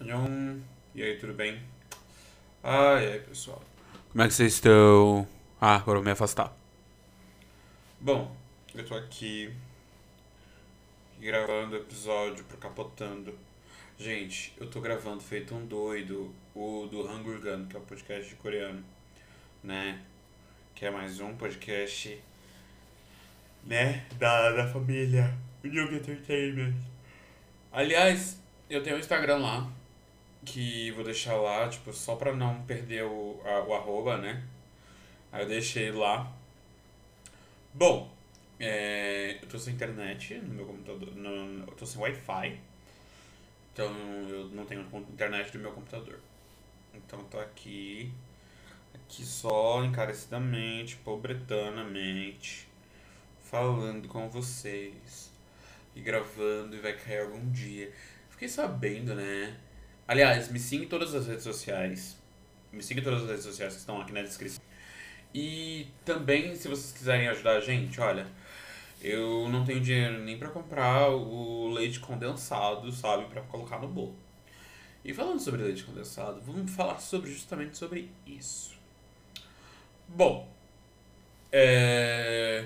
Nham. E aí, tudo bem? E aí, pessoal? Como é que vocês estão? Agora eu vou me afastar. Bom, eu tô aqui gravando episódio pro Capotando. Gente, eu tô gravando feito um doido o do Hangul, que é o podcast de coreano, né? Que é mais um podcast, né? Da família Young Entertainment. Aliás, eu tenho um Instagram lá, que vou deixar lá, tipo, só pra não perder o arroba, né? Aí eu deixei lá. Bom, eu tô sem internet no meu computador. Eu tô sem Wi-Fi. Então eu não tenho internet no meu computador. Então eu tô aqui só encarecidamente, pobretanamente, falando com vocês. E gravando e vai cair algum dia. Fiquei sabendo, né? Aliás, me siga em todas as redes sociais. Me siga em todas as redes sociais que estão aqui na descrição. E também, se vocês quiserem ajudar a gente, olha, eu não tenho dinheiro nem pra comprar o leite condensado, sabe, pra colocar no bolo. E falando sobre leite condensado, vamos falar justamente sobre isso. Bom, é...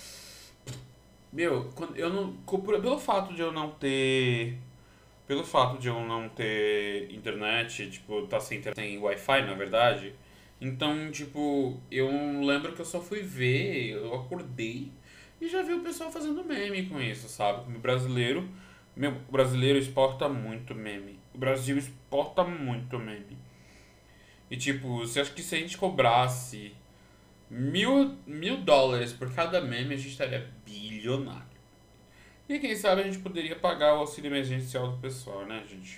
Meu, eu não... Pelo fato de eu não ter... Pelo fato de eu não ter internet, tipo, tá sem Wi-Fi, na verdade. Então, tipo, eu lembro que eu só fui ver, eu acordei e já vi o pessoal fazendo meme com isso, sabe? Como brasileiro, o brasileiro exporta muito meme. O Brasil exporta muito meme. E, tipo, você acha que se a gente cobrasse mil dólares por cada meme, a gente estaria bilionário. E quem sabe a gente poderia pagar o auxílio emergencial do pessoal, né, gente?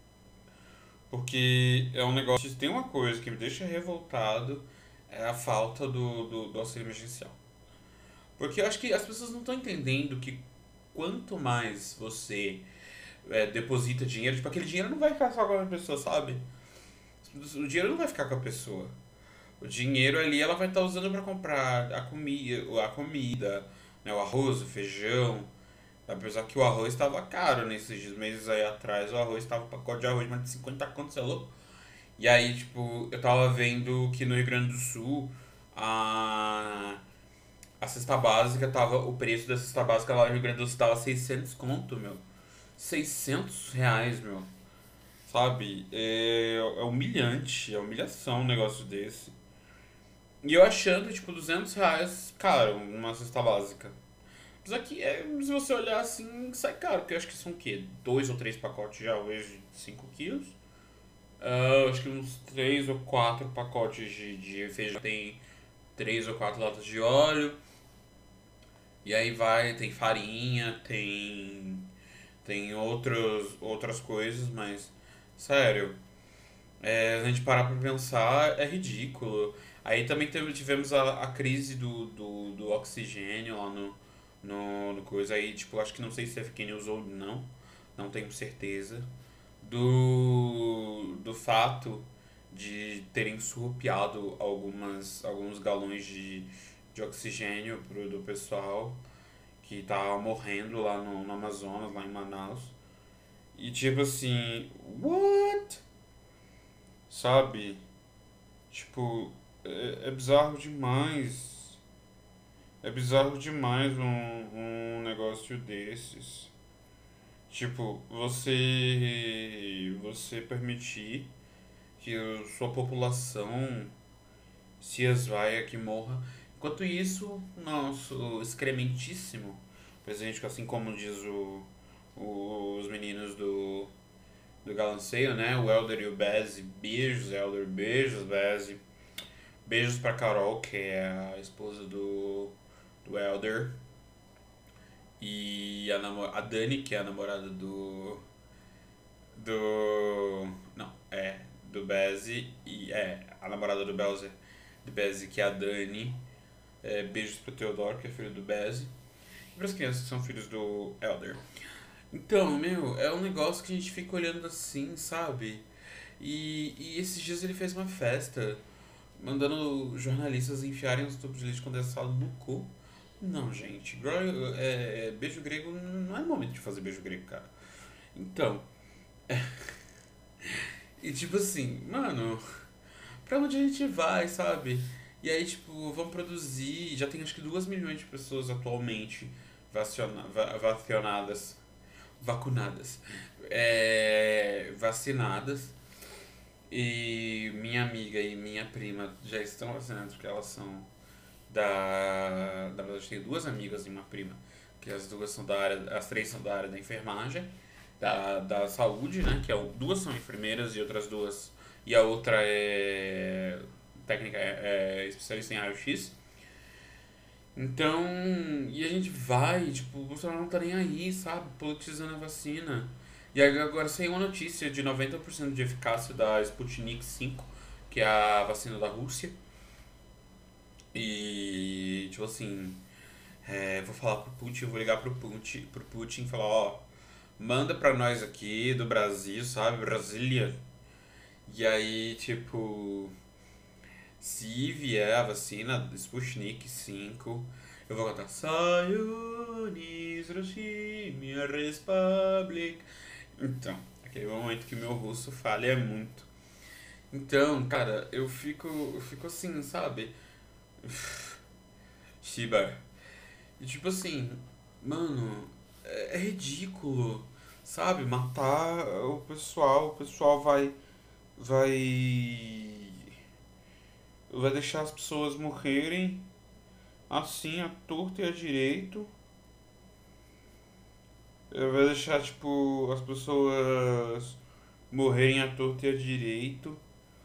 Porque é um negócio. Tem uma coisa que me deixa revoltado, é a falta do auxílio emergencial. Porque eu acho que as pessoas não estão entendendo que quanto mais você deposita dinheiro, tipo, aquele dinheiro não vai ficar só com a pessoa, sabe? O dinheiro não vai ficar com a pessoa. O dinheiro ali ela vai estar usando para comprar a comida, né, o arroz, o feijão. Apesar que o arroz estava caro nesses meses aí atrás, o arroz estava um pacote de arroz mais de 50 contos, você é louco? E aí, tipo, eu tava vendo que no Rio Grande do Sul a, a cesta básica tava. O preço da cesta básica lá no Rio Grande do Sul tava 600 conto, meu. R$ 600, meu. Sabe? É humilhante, é humilhação um negócio desse. E eu achando, tipo, R$ 200 caro uma cesta básica. Mas aqui, se você olhar assim, sai caro, porque eu acho que são o quê? Dois ou três pacotes de arroz de 5 quilos. Acho que uns 3 ou 4 pacotes de feijão. Tem 3 ou 4 latas de óleo. E aí vai, tem farinha, tem outras coisas, mas sério, a gente parar pra pensar é ridículo. Aí também tivemos a crise do oxigênio lá no coisa. Aí, tipo, acho que não sei se é fake news ou não, não tenho certeza. Do fato de terem surrupiado alguns galões de oxigênio do pessoal que tava morrendo lá no Amazonas, lá em Manaus. E tipo assim, what? Sabe? Tipo, é bizarro demais. É bizarro demais um negócio desses. Tipo, você permitir que sua população se esvaia, que morra. Enquanto isso, nosso excrementíssimo presidente, assim como diz os meninos do Galanceio, né? O Elder e o Bezzy. Beijos, Elder. Beijos, Bezzy. Beijos pra Carol, que é a esposa do Elder. E a Dani, que é a namorada Não, do Bezzy. E a namorada do Bezzy, que é a Dani. Beijos pro Theodore, que é filho do Bezzy. E pras crianças que são filhos do Elder. Então, meu, é um negócio que a gente fica olhando assim, sabe? E esses dias ele fez uma festa, mandando jornalistas enfiarem os tubos de leite condensado no cu. Não, gente, beijo grego não é momento de fazer beijo grego, cara. Então, E tipo assim, mano, pra onde a gente vai, sabe? E aí, tipo, vão produzir. Já tem acho que 2 milhões de pessoas atualmente vacionadas. Vacunadas. Vacinadas. E minha amiga e minha prima já estão vacinadas porque elas são Na verdade, eu tenho duas amigas e uma prima, que as duas são da área. As três são da área da enfermagem, da saúde, né? Duas são enfermeiras e outras duas. E a outra é técnica, especialista em raio-x. Então, e a gente vai, tipo, o Bolsonaro não tá nem aí, sabe? Politizando a vacina. E aí agora saiu uma notícia de 90% de eficácia da Sputnik 5, que é a vacina da Rússia. E, tipo assim, vou falar pro Putin, vou ligar pro Putin e falar, ó, manda pra nós aqui do Brasil, sabe? Brasília. E aí, tipo, se vier a vacina Sputnik 5, eu vou cantar Sayonara minha Republic. Então, aquele momento que meu russo falha muito. Então, cara, eu fico assim, sabe? Shiba. E tipo assim, mano, é ridículo, sabe? Matar o pessoal vai vai deixar as pessoas morrerem assim, à torta e à direito. Vai deixar, tipo, as pessoas morrerem à torta e à direito.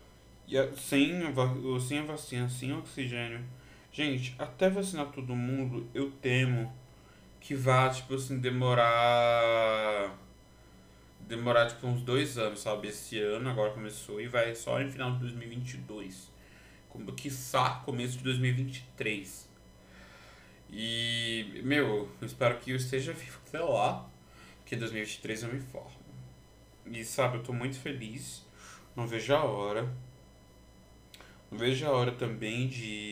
Sem a vacina, sem oxigênio. Gente, até vacinar todo mundo, eu temo que vá, tipo assim, demorar tipo uns 2 anos, sabe? Esse ano agora começou e vai só em final de 2022. Como quiçá começo de 2023. E, meu, eu espero que eu esteja vivo até lá, porque em 2023 eu me formo. E, sabe, eu tô muito feliz. Não vejo a hora. Não vejo a hora também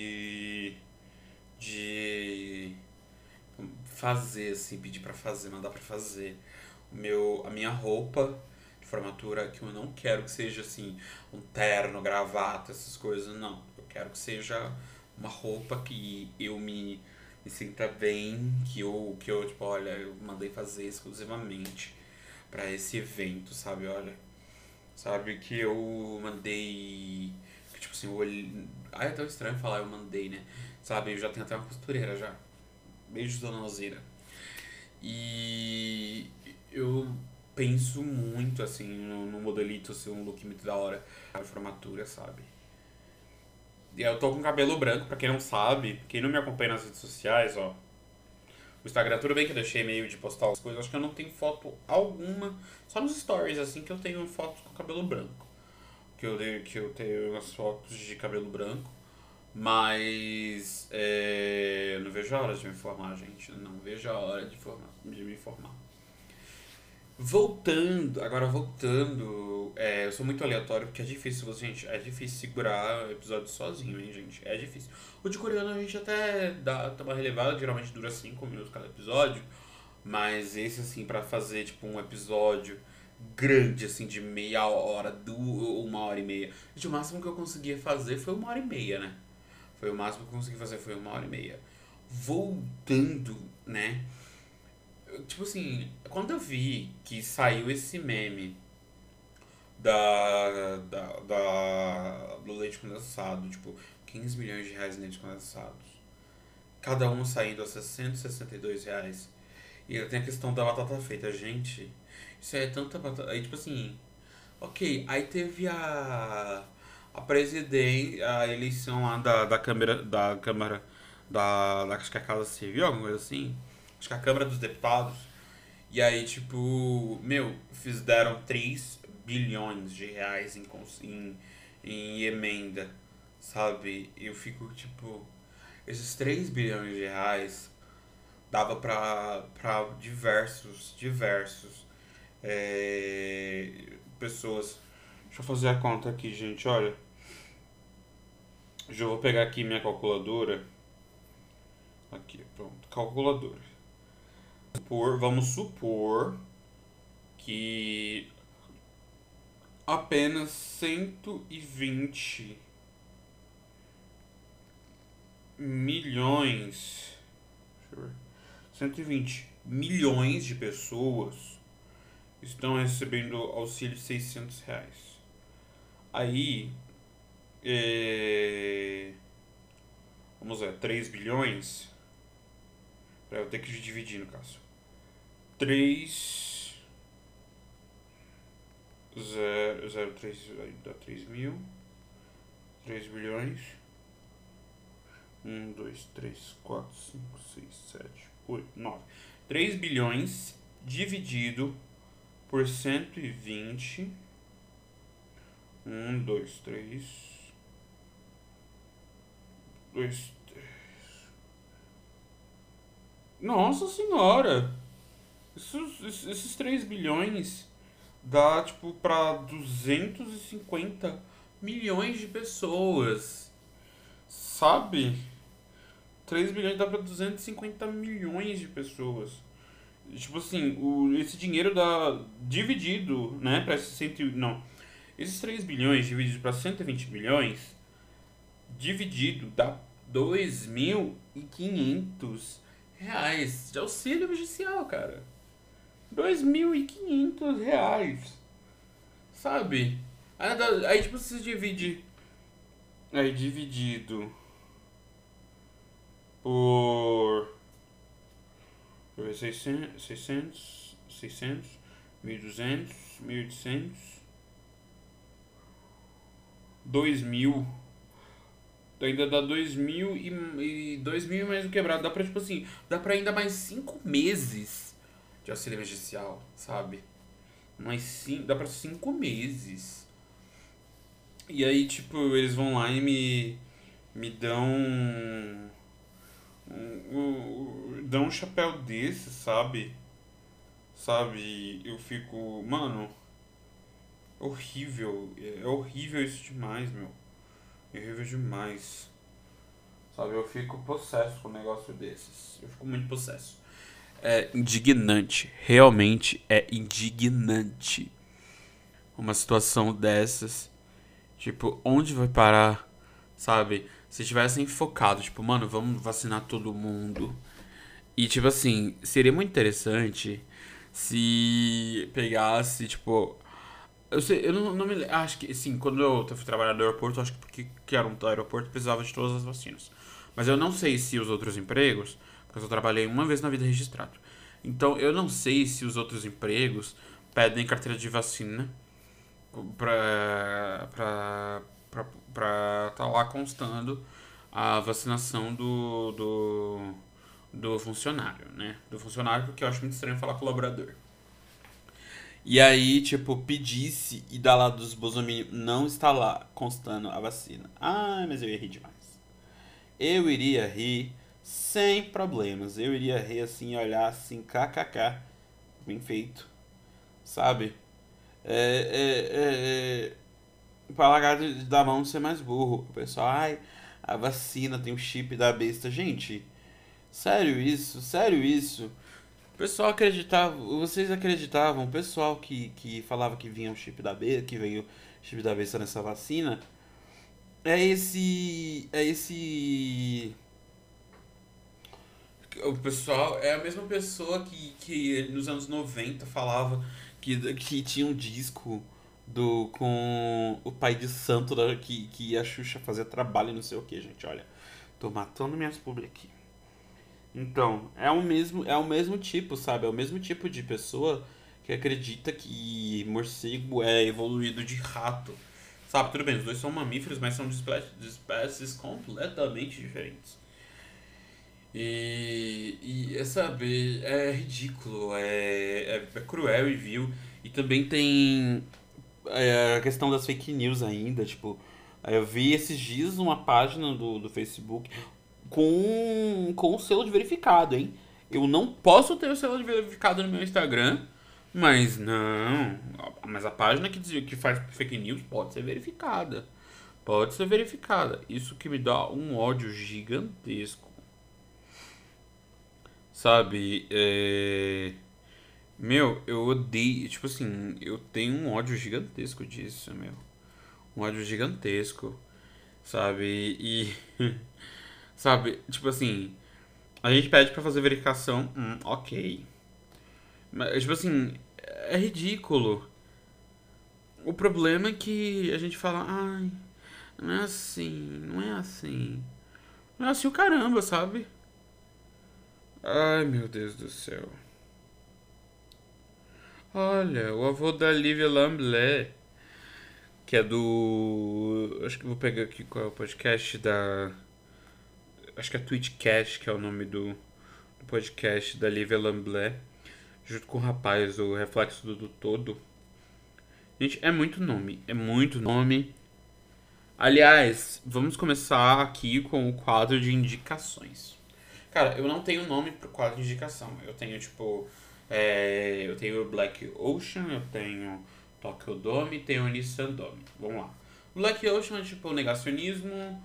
de fazer, assim, pedir pra fazer, mandar pra fazer a minha roupa de formatura, que eu não quero que seja assim, um terno, gravata, essas coisas, não. Eu quero que seja uma roupa que eu me sinta bem, que eu, tipo, olha, eu mandei fazer exclusivamente pra esse evento, sabe? Olha, sabe que eu mandei. Que, tipo assim, eu olhei. Ah, é tão estranho falar eu mandei, né? Sabe, eu já tenho até uma costureira já. Beijos, dona Alzira. E eu penso muito, assim, no modelito ser um look muito da hora. A formatura, sabe? E eu tô com cabelo branco, pra quem não sabe. Quem não me acompanha nas redes sociais, ó. O Instagram, tudo bem que eu deixei meio de postar as coisas. Acho que eu não tenho foto alguma. Só nos stories, assim, que eu tenho fotos com cabelo branco. Que eu tenho as fotos de cabelo branco. Mas eu não vejo a hora de me formar, gente. Não vejo a hora de me formar. Voltando, eu sou muito aleatório porque é difícil, gente, é difícil segurar o episódio sozinho, hein, gente, é difícil. O de coreano a gente até dá uma relevada, geralmente dura 5 minutos cada episódio, mas esse, assim, pra fazer, tipo, um episódio grande, assim, de meia hora, 1 hora e meia. Gente, o máximo que eu conseguia fazer foi 1 hora e meia, né? Foi o máximo que eu consegui fazer, foi 1 hora e meia. Voltando, né? Tipo assim, quando eu vi que saiu esse meme do leite condensado, tipo, 15 milhões de reais em leite condensados, cada um saindo a R$ 662. E ainda tem a questão da batata frita, gente. Isso aí é tanta batata. Aí, tipo assim, ok, aí teve a eleição lá da Câmara, acho que é a Casa Civil, alguma coisa assim. Acho que é a Câmara dos Deputados. E aí, tipo, meu, deram 3 bilhões de reais em emenda, sabe? E eu fico, tipo, esses 3 bilhões de reais dava pra diversos pessoas. Deixa eu fazer a conta aqui, gente, olha. Já vou pegar aqui minha calculadora. Aqui, pronto, calculadora. Vamos supor que apenas 120 milhões. Deixa eu ver. 120 milhões de pessoas estão recebendo auxílio de R$ 600. Aí, vamos ver, 3 bilhões. Eu vou ter que dividir no caso. 3, 0, 3, dá 3 mil. 3 bilhões. 1, 2, 3, 4, 5, 6, 7, 8, 9. 3 bilhões dividido por 120. 1, 2, 3. 2, 3. Nossa senhora! Esses 3 bilhões dá tipo pra 250 milhões de pessoas. Sabe? 3 bilhões dá pra 250 milhões de pessoas. Tipo assim, esse dinheiro dá dividido, né, pra esses não. Esses 3 bilhões divididos pra 120 milhões, dividido dá R$ 2.500 de auxílio emergencial, cara. R$ 2.500. Sabe? Aí tipo, você divide. Aí dividido por. Deixa eu ver, 600, 1.200, 1.800, 2.000. Ainda dá 2.000 e 2.000 mais um quebrado. Dá pra, tipo assim, dá pra ainda mais 5 meses de auxílio emergencial, sabe? Dá pra 5 meses. E aí, tipo, eles vão lá e me dão dão um chapéu desse, sabe? Sabe? Eu fico, mano, horrível. É horrível isso demais, meu. É horrível demais. Sabe? Eu fico possesso com um negócio desses. Eu fico muito possesso. É indignante. Realmente é indignante. Uma situação dessas. Tipo, onde vai parar? Sabe? Se tivessem focado, tipo, mano, vamos vacinar todo mundo. E, tipo assim, seria muito interessante se pegasse, tipo. Eu sei, eu não me lembro. Acho que, sim, quando eu fui trabalhar no aeroporto, acho que porque que era um aeroporto precisava de todas as vacinas. Mas eu não sei se os outros empregos, porque eu só trabalhei uma vez na vida registrado. Então eu não sei se os outros empregos pedem carteira de vacina pra tá lá constando a vacinação do funcionário, né? Do funcionário, porque eu acho muito estranho falar colaborador. E aí, tipo, pedisse e da lá dos Bolsonaro não está lá constando a vacina. Ah, mas eu ia rir demais. Eu iria rir sem problemas. Eu iria rir assim, olhar assim, kkk. Bem feito. Sabe? Pra largar da mão de ser mais burro. O pessoal, ai, a vacina tem o chip da besta. Gente, sério isso? Sério isso? O pessoal acreditava, vocês acreditavam, o pessoal que falava que vinha o chip da besta, que veio o chip da besta nessa vacina, é esse. O pessoal é a mesma pessoa que nos anos 90 falava que tinha um disco com o pai de santo que a Xuxa fazia trabalho e não sei o que, gente. Olha, tô matando minhas publi aqui. Então, é o mesmo tipo, sabe? É o mesmo tipo de pessoa que acredita que morcego é evoluído de rato. Sabe, tudo bem, os dois são mamíferos, mas são de espécies completamente diferentes. Sabe, é ridículo, é cruel e vil. E também tem a questão das fake news ainda, tipo, eu vi esses dias uma página do Facebook com o selo de verificado, hein? Eu não posso ter o selo de verificado no meu Instagram, mas não. Mas a página que faz fake news pode ser verificada. Pode ser verificada. Isso que me dá um ódio gigantesco. Sabe? Meu, eu odeio. Tipo assim, eu tenho um ódio gigantesco disso, meu. Um ódio gigantesco, sabe? E. Sabe? Tipo assim, a gente pede pra fazer verificação, ok. Mas, tipo assim, é ridículo. O problema é que a gente fala, ai, não é assim, não é assim. Não é assim o caramba, sabe? Ai, meu Deus do céu. Olha, o avô da Lívia Lamblé, que é do. Acho que vou pegar aqui qual é o podcast da. Acho que é Twitchcast, que é o nome do podcast da Lívia Lamblé, junto com o rapaz, o Reflexo do Todo. Gente, é muito nome, é muito nome. Aliás, vamos começar aqui com o quadro de indicações. Cara, eu não tenho nome pro quadro de indicação. Eu tenho, tipo. Eu tenho Black Ocean, eu tenho Tokyo Dome e tenho Nissan Dome. Vamos lá. Black Ocean é tipo negacionismo,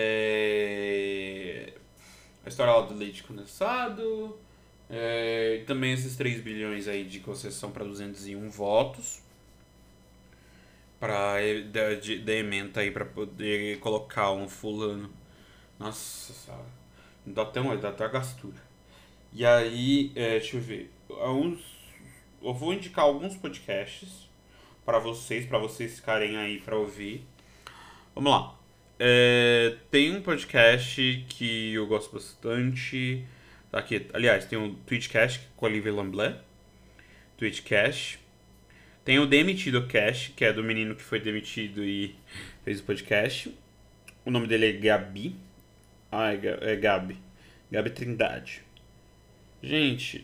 a história lá do leite condensado, e também esses 3 bilhões aí de concessão para 201 votos para da ementa aí para poder colocar um fulano. Nossa senhora, dá até a gastura. E aí, deixa eu ver. Eu vou indicar alguns podcasts para vocês ficarem aí para ouvir. Vamos lá. Tem um podcast que eu gosto bastante. Tá aqui, aliás, tem o Twitchcast com a Olivia Lamblé. Twitchcast. Tem o Demitido Cast, que é do menino que foi demitido e fez o podcast. O nome dele é Gabi. É Gabi. Gabi Trindade. Gente,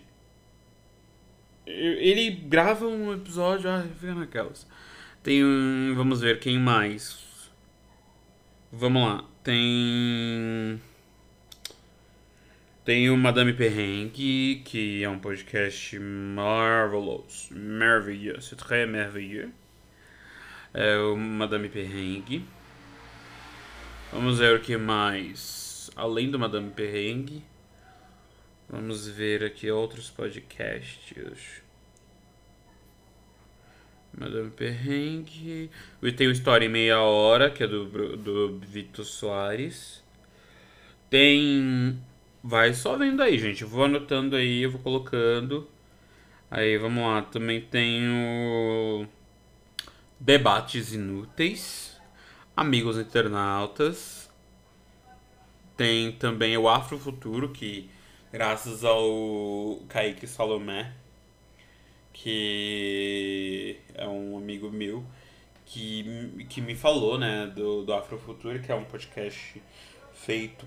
ele grava um episódio, fica naquelas. Tem um. Vamos ver quem mais. Vamos lá. Tem o Madame Perrengue, que é um podcast marvelous. Merveilleux. C'est très merveilleux. É o Madame Perrengue. Vamos ver o que mais. Além do Madame Perrengue. Vamos ver aqui outros podcasts. Madame Perrengue. E tem o História em Meia Hora, que é do Vitor Soares. Tem. Vai só vendo aí, gente. Eu vou anotando aí, eu vou colocando. Aí, vamos lá. Também tem o Debates Inúteis. Amigos Internautas. Tem também o Afrofuturo, que graças ao Kaique Salomé, que é um amigo meu, que me falou, né, do Afrofuturo, que é um podcast feito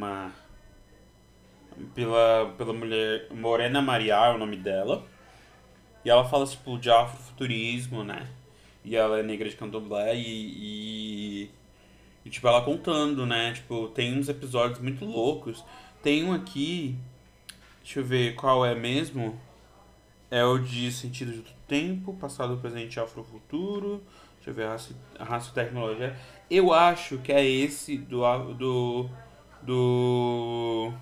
pela mulher Morena Mariá, é o nome dela. E ela fala, tipo, de afrofuturismo, né? E ela é negra de candomblé e, tipo, ela contando, né? Tipo, tem uns episódios muito loucos. Tem um aqui, deixa eu ver qual é mesmo. É o de Sentido do Tempo, Passado, Presente e Afrofuturo. Deixa eu ver, raça e Tecnologia. Eu acho que é esse do...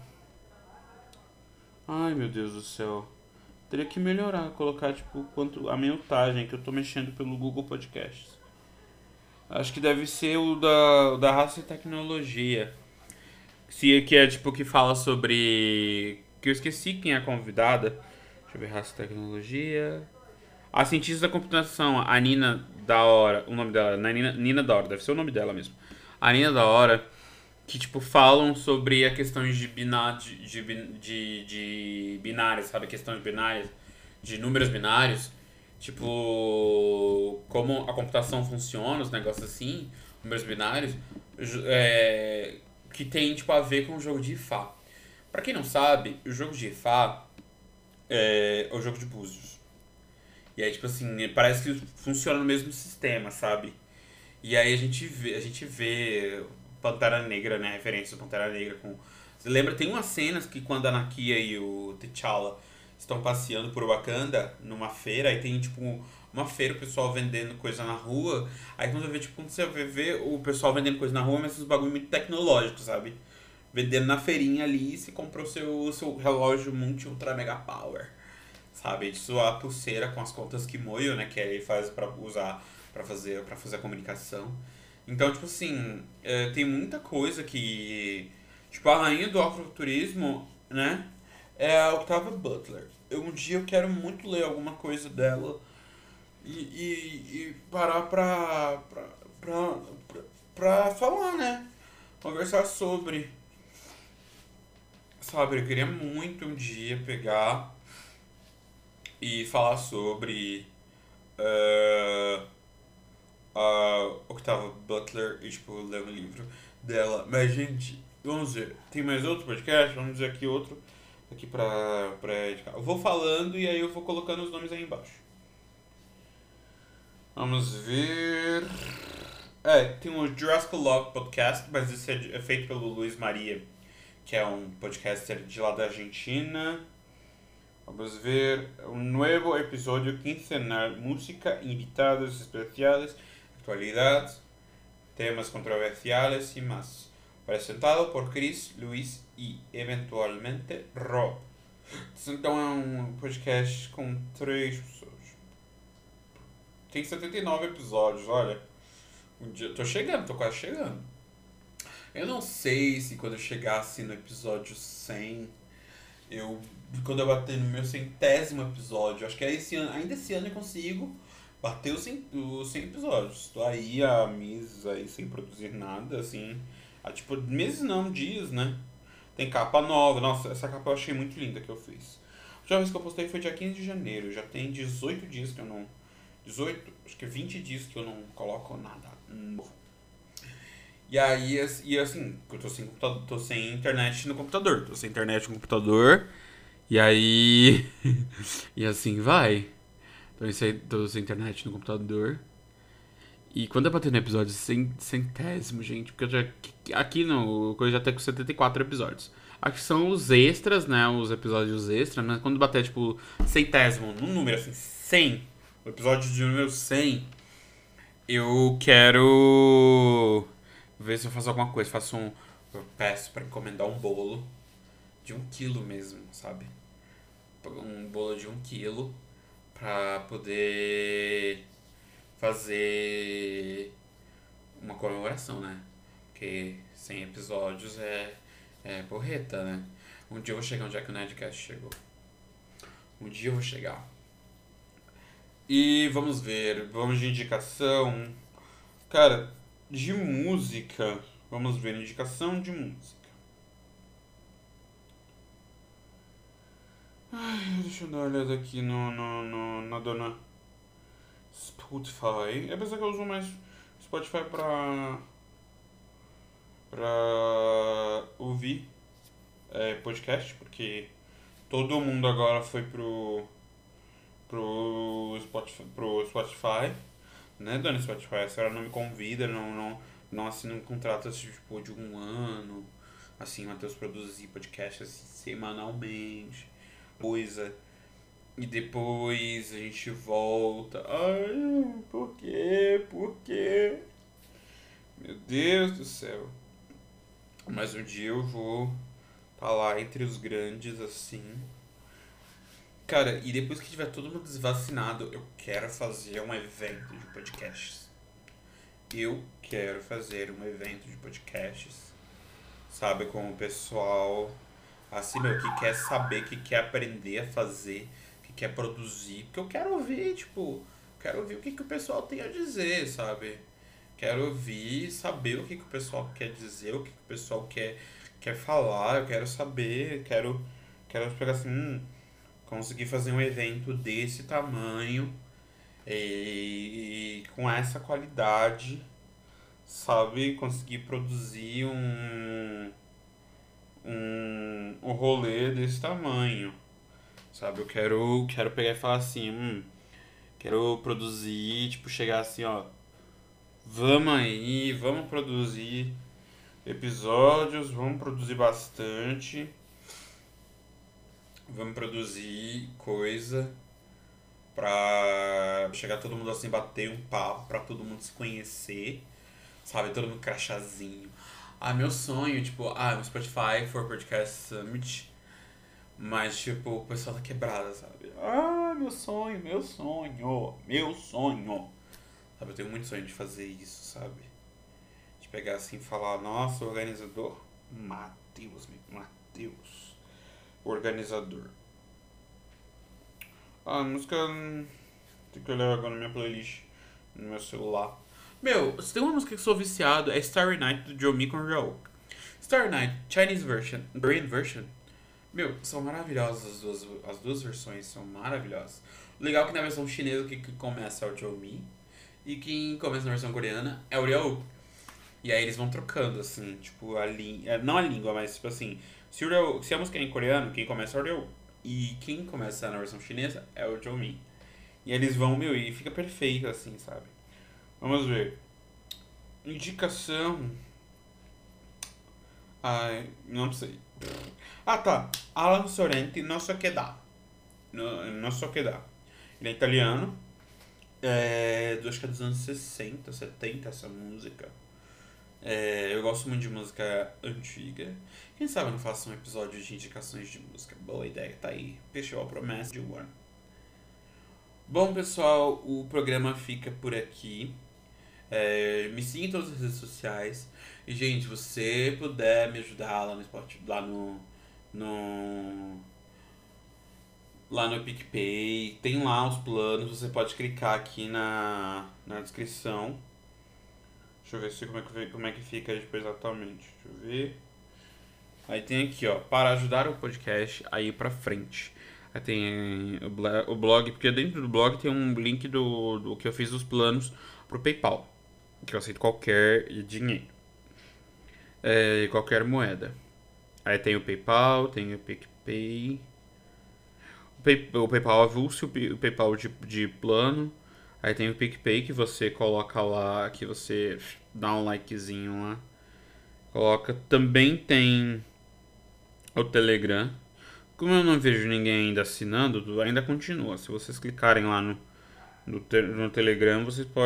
Ai, meu Deus do céu. Teria que melhorar, colocar, tipo, quanto a minutagem que eu tô mexendo pelo Google Podcasts. Acho que deve ser o da raça e tecnologia. Que é, tipo, que fala sobre... Que eu esqueci quem é a convidada. Deixa eu ver, raça e tecnologia. A cientista da computação, a Nina da Hora. O nome dela, Nina da Hora, deve ser o nome dela mesmo. A Nina da Hora, que, tipo, falam sobre a questão de binárias, sabe? Questões binárias, de números binários. Tipo, como a computação funciona, os negócios assim, números binários, que tem, tipo, a ver com o jogo de Ifá. Pra quem não sabe, o jogo de Ifá é o jogo de búzios. E aí, tipo assim, parece que funciona no mesmo sistema, sabe? E aí a gente vê Pantera Negra, né? Referência do Pantera Negra com. Você lembra? Tem umas cenas que quando a Nakia e o T'Challa estão passeando por Wakanda numa feira, aí tem tipo uma feira, o pessoal vendendo coisa na rua. Aí quando você vê o pessoal vendendo coisa na rua, mas esses bagulho muito tecnológico, sabe? Vendendo na feirinha ali, você comprou seu relógio multi ultra mega power. sabe? Isso a pulseira com as contas Kimoyo, né? Que ele faz pra usar, pra fazer a comunicação. Então, tipo assim, tem muita coisa que... Tipo, a rainha do afrofuturismo, né? É a Octavia Butler. Um dia eu quero muito ler alguma coisa dela e parar pra falar, né? Conversar sobre. Sabe, eu queria muito um dia pegar e falar sobre eh, a Octavia Butler e, tipo, ler um livro dela. Mas, gente, vamos ver. Tem mais outro podcast? Vamos dizer aqui outro. Aqui pra editar. Eu vou falando e aí eu vou colocando os nomes aí embaixo. Vamos ver. Tem o Jurassic Love Podcast, mas esse é feito pelo Luiz Maria, que é um podcaster de lá da Argentina. Vamos ver. Un nuevo episodio quincenal. Música, invitados especiales, actualidad, temas controversiales y más. Presentado por Chris, Luis e eventualmente Rob. Então é um podcast com 3 pessoas. Tem 79 episódios, olha. Um dia, tô chegando, tô quase chegando. Eu não sei se quando eu chegasse no episódio 100, quando eu bater no meu 100º episódio, acho que é esse ano, ainda esse ano eu consigo bater os 100 episódios. Tô aí há meses aí sem produzir nada, assim. Tipo, meses não, dias, né? Tem capa nova. Nossa, essa capa eu achei muito linda que eu fiz. A última vez que eu postei foi dia 15 de janeiro. Já tem 18 dias que eu não... 18, acho que 20 dias que eu não coloco nada novo. E aí, e assim, eu tô sem computador, tô sem internet no computador. Tô sem internet no computador. E aí. E assim vai. Tô sem internet no computador. E quando eu bater no episódio centésimo, gente, porque eu já. Aqui no. Eu já tenho com 74 episódios. Aqui são os extras, né? Os episódios extras, mas quando bater, tipo, centésimo, num número assim, 100, o episódio de número 100, eu quero ver se eu faço alguma coisa. Eu peço pra encomendar um bolo de 1 quilo mesmo, sabe? Um bolo de 1 quilo pra poder fazer uma comemoração, né? Porque 100 episódios é porreta, né? Um dia eu vou chegar onde é que o Nerdcast chegou. Um dia eu vou chegar. E vamos ver, vamos de indicação. Cara, de música, vamos ver, indicação de música. Deixa eu dar uma olhada aqui na dona Spotify. Apesar que eu uso mais Spotify pra ouvir podcast, porque todo mundo agora foi pro Spotify, né, dona Spotify? A senhora não me convida, não assina um contrato assim, tipo, de 1 ano, assim, Matheus produzir podcast assim, semanalmente, coisa. E depois a gente volta. Ai, por quê? Por quê? Meu Deus do céu. Mas um dia eu vou tá lá entre os grandes, assim. Cara, e depois que tiver todo mundo desvacinado, eu quero fazer um evento de podcasts. Eu quero fazer um evento de podcasts, sabe, com o pessoal, assim, meu, que quer saber, que quer aprender a fazer, que quer produzir. Porque eu quero ouvir, tipo, quero ouvir o que o pessoal tem a dizer, sabe? Quero ouvir, saber o que o pessoal quer dizer, o que o pessoal quer falar. Eu quero saber, quero pegar assim, conseguir fazer um evento desse tamanho e com essa qualidade, sabe? Conseguir produzir um rolê desse tamanho, sabe? Eu quero pegar e falar assim, quero produzir, tipo, chegar assim, ó, vamos aí, vamos produzir episódios, vamos produzir bastante, vamos produzir coisa pra chegar todo mundo assim, bater um papo, pra todo mundo se conhecer, sabe? Todo mundo crachazinho. Ah, meu sonho, tipo, no Spotify for Podcast Summit, Mas, tipo, o pessoal da quebrada, sabe? Ah, meu sonho, meu sonho, meu sonho. Sabe, eu tenho muito sonho de fazer isso, sabe? De pegar assim e falar, nossa, o organizador. Matheus. Organizador. A música. Tem que olhar agora na minha playlist. No meu celular. Meu, se tem uma música que eu sou viciado, é Starry Night do Joe Mi com Raul. Starry Night, Chinese version, Korean version. Meu, são maravilhosas as duas versões, são maravilhosas. O legal é que na versão chinesa que começa é o Joe Mi e quem começa na versão coreana é o Ryuk. E aí eles vão trocando, assim, tipo, a língua. Não a língua, mas tipo assim, se a música é em coreano, quem começa é o Ryuk. E quem começa na versão chinesa é o Joe Mi. E eles vão, meu, e fica perfeito, assim, sabe? Vamos ver. Indicação. Ai, não sei. Ah, tá. Alan Sorrenti, Non so che dà. Non so che dà. Ele é italiano. Acho que é dos anos 60, 70 essa música. Eu gosto muito de música antiga. Quem sabe eu não faço um episódio de indicações de música? Boa ideia, tá aí. Fechou a promessa de One. Bom, pessoal, o programa fica por aqui. Me siga em todas as redes sociais. E, gente, se você puder me ajudar lá no Spotify, no, lá no PicPay, tem lá os planos, você pode clicar aqui na descrição. Deixa eu ver se como é que fica depois exatamente. Deixa eu ver. Aí tem aqui, ó, para ajudar o podcast a ir pra frente. Aí tem o blog, porque dentro do blog tem um link do que eu fiz os planos pro PayPal. Que eu aceito qualquer dinheiro. Qualquer moeda. Aí tem o PayPal, tem o PicPay. O PayPal avulso, o PayPal de plano. Aí tem o PicPay que você coloca lá, que você dá um likezinho lá. Coloca. Também tem o Telegram. Como eu não vejo ninguém ainda assinando, ainda continua. Se vocês clicarem lá no Telegram,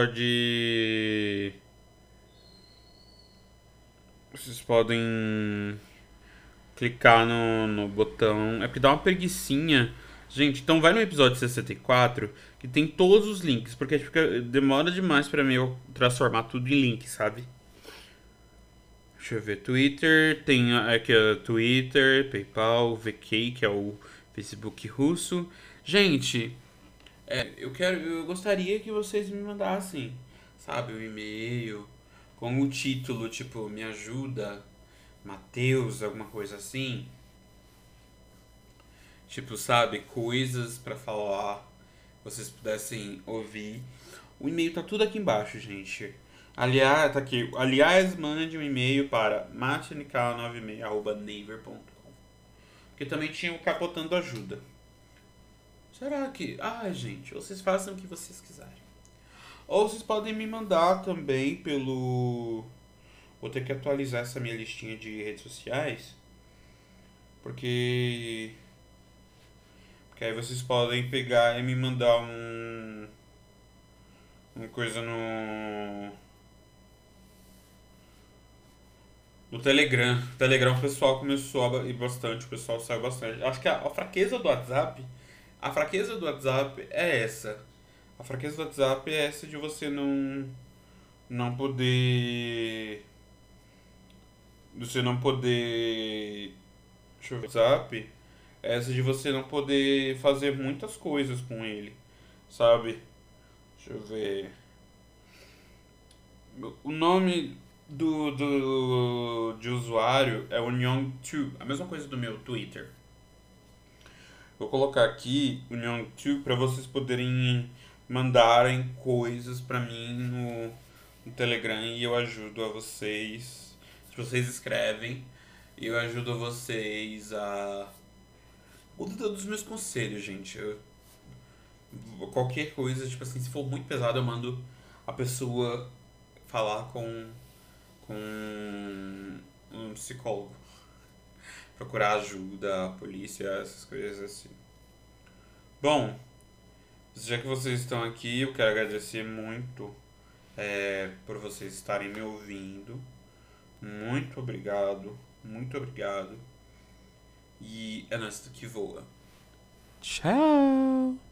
vocês podem clicar no botão. É porque dá uma preguicinha. Gente, então vai no episódio 64 que tem todos os links, porque demora demais pra mim eu transformar tudo em link, sabe? Deixa eu ver, Twitter, tem aqui Twitter, PayPal, VK, que é o Facebook russo. Gente, eu gostaria que vocês me mandassem, sabe, um e-mail com o título, tipo, me ajuda, Matheus, alguma coisa assim. Tipo, sabe, coisas pra falar, vocês pudessem ouvir. O e-mail tá tudo aqui embaixo, gente. Aliás, tá aqui. Aliás, mande um e-mail para matnk96@naver.com. Porque também tinha o Capotando Ajuda. Será que. Ai, gente, vocês façam o que vocês quiserem. Ou vocês podem me mandar também pelo. Vou ter que atualizar essa minha listinha de redes sociais. Porque. Porque aí vocês podem pegar e me mandar uma coisa no Telegram. O Telegram o pessoal começou a ir bastante, o pessoal saiu bastante. Acho que a fraqueza do WhatsApp. A fraqueza do WhatsApp é essa. A fraqueza do WhatsApp é essa de você não poder. Você não poder. Deixa eu ver. WhatsApp é essa de você não poder fazer muitas coisas com ele. Sabe? Deixa eu ver. O nome de usuário é Union2, a mesma coisa do meu Twitter. Vou colocar aqui Union2 para vocês poderem mandarem coisas para mim no Telegram e eu ajudo a vocês. Se vocês escrevem, eu ajudo vocês a. Cuida dos meus conselhos, gente. Qualquer coisa, tipo assim, se for muito pesado, eu mando a pessoa falar com um psicólogo. Procurar ajuda, a polícia, essas coisas assim. Bom, já que vocês estão aqui, eu quero agradecer muito por vocês estarem me ouvindo. Muito obrigado, muito obrigado. E é nós que voa. Tchau!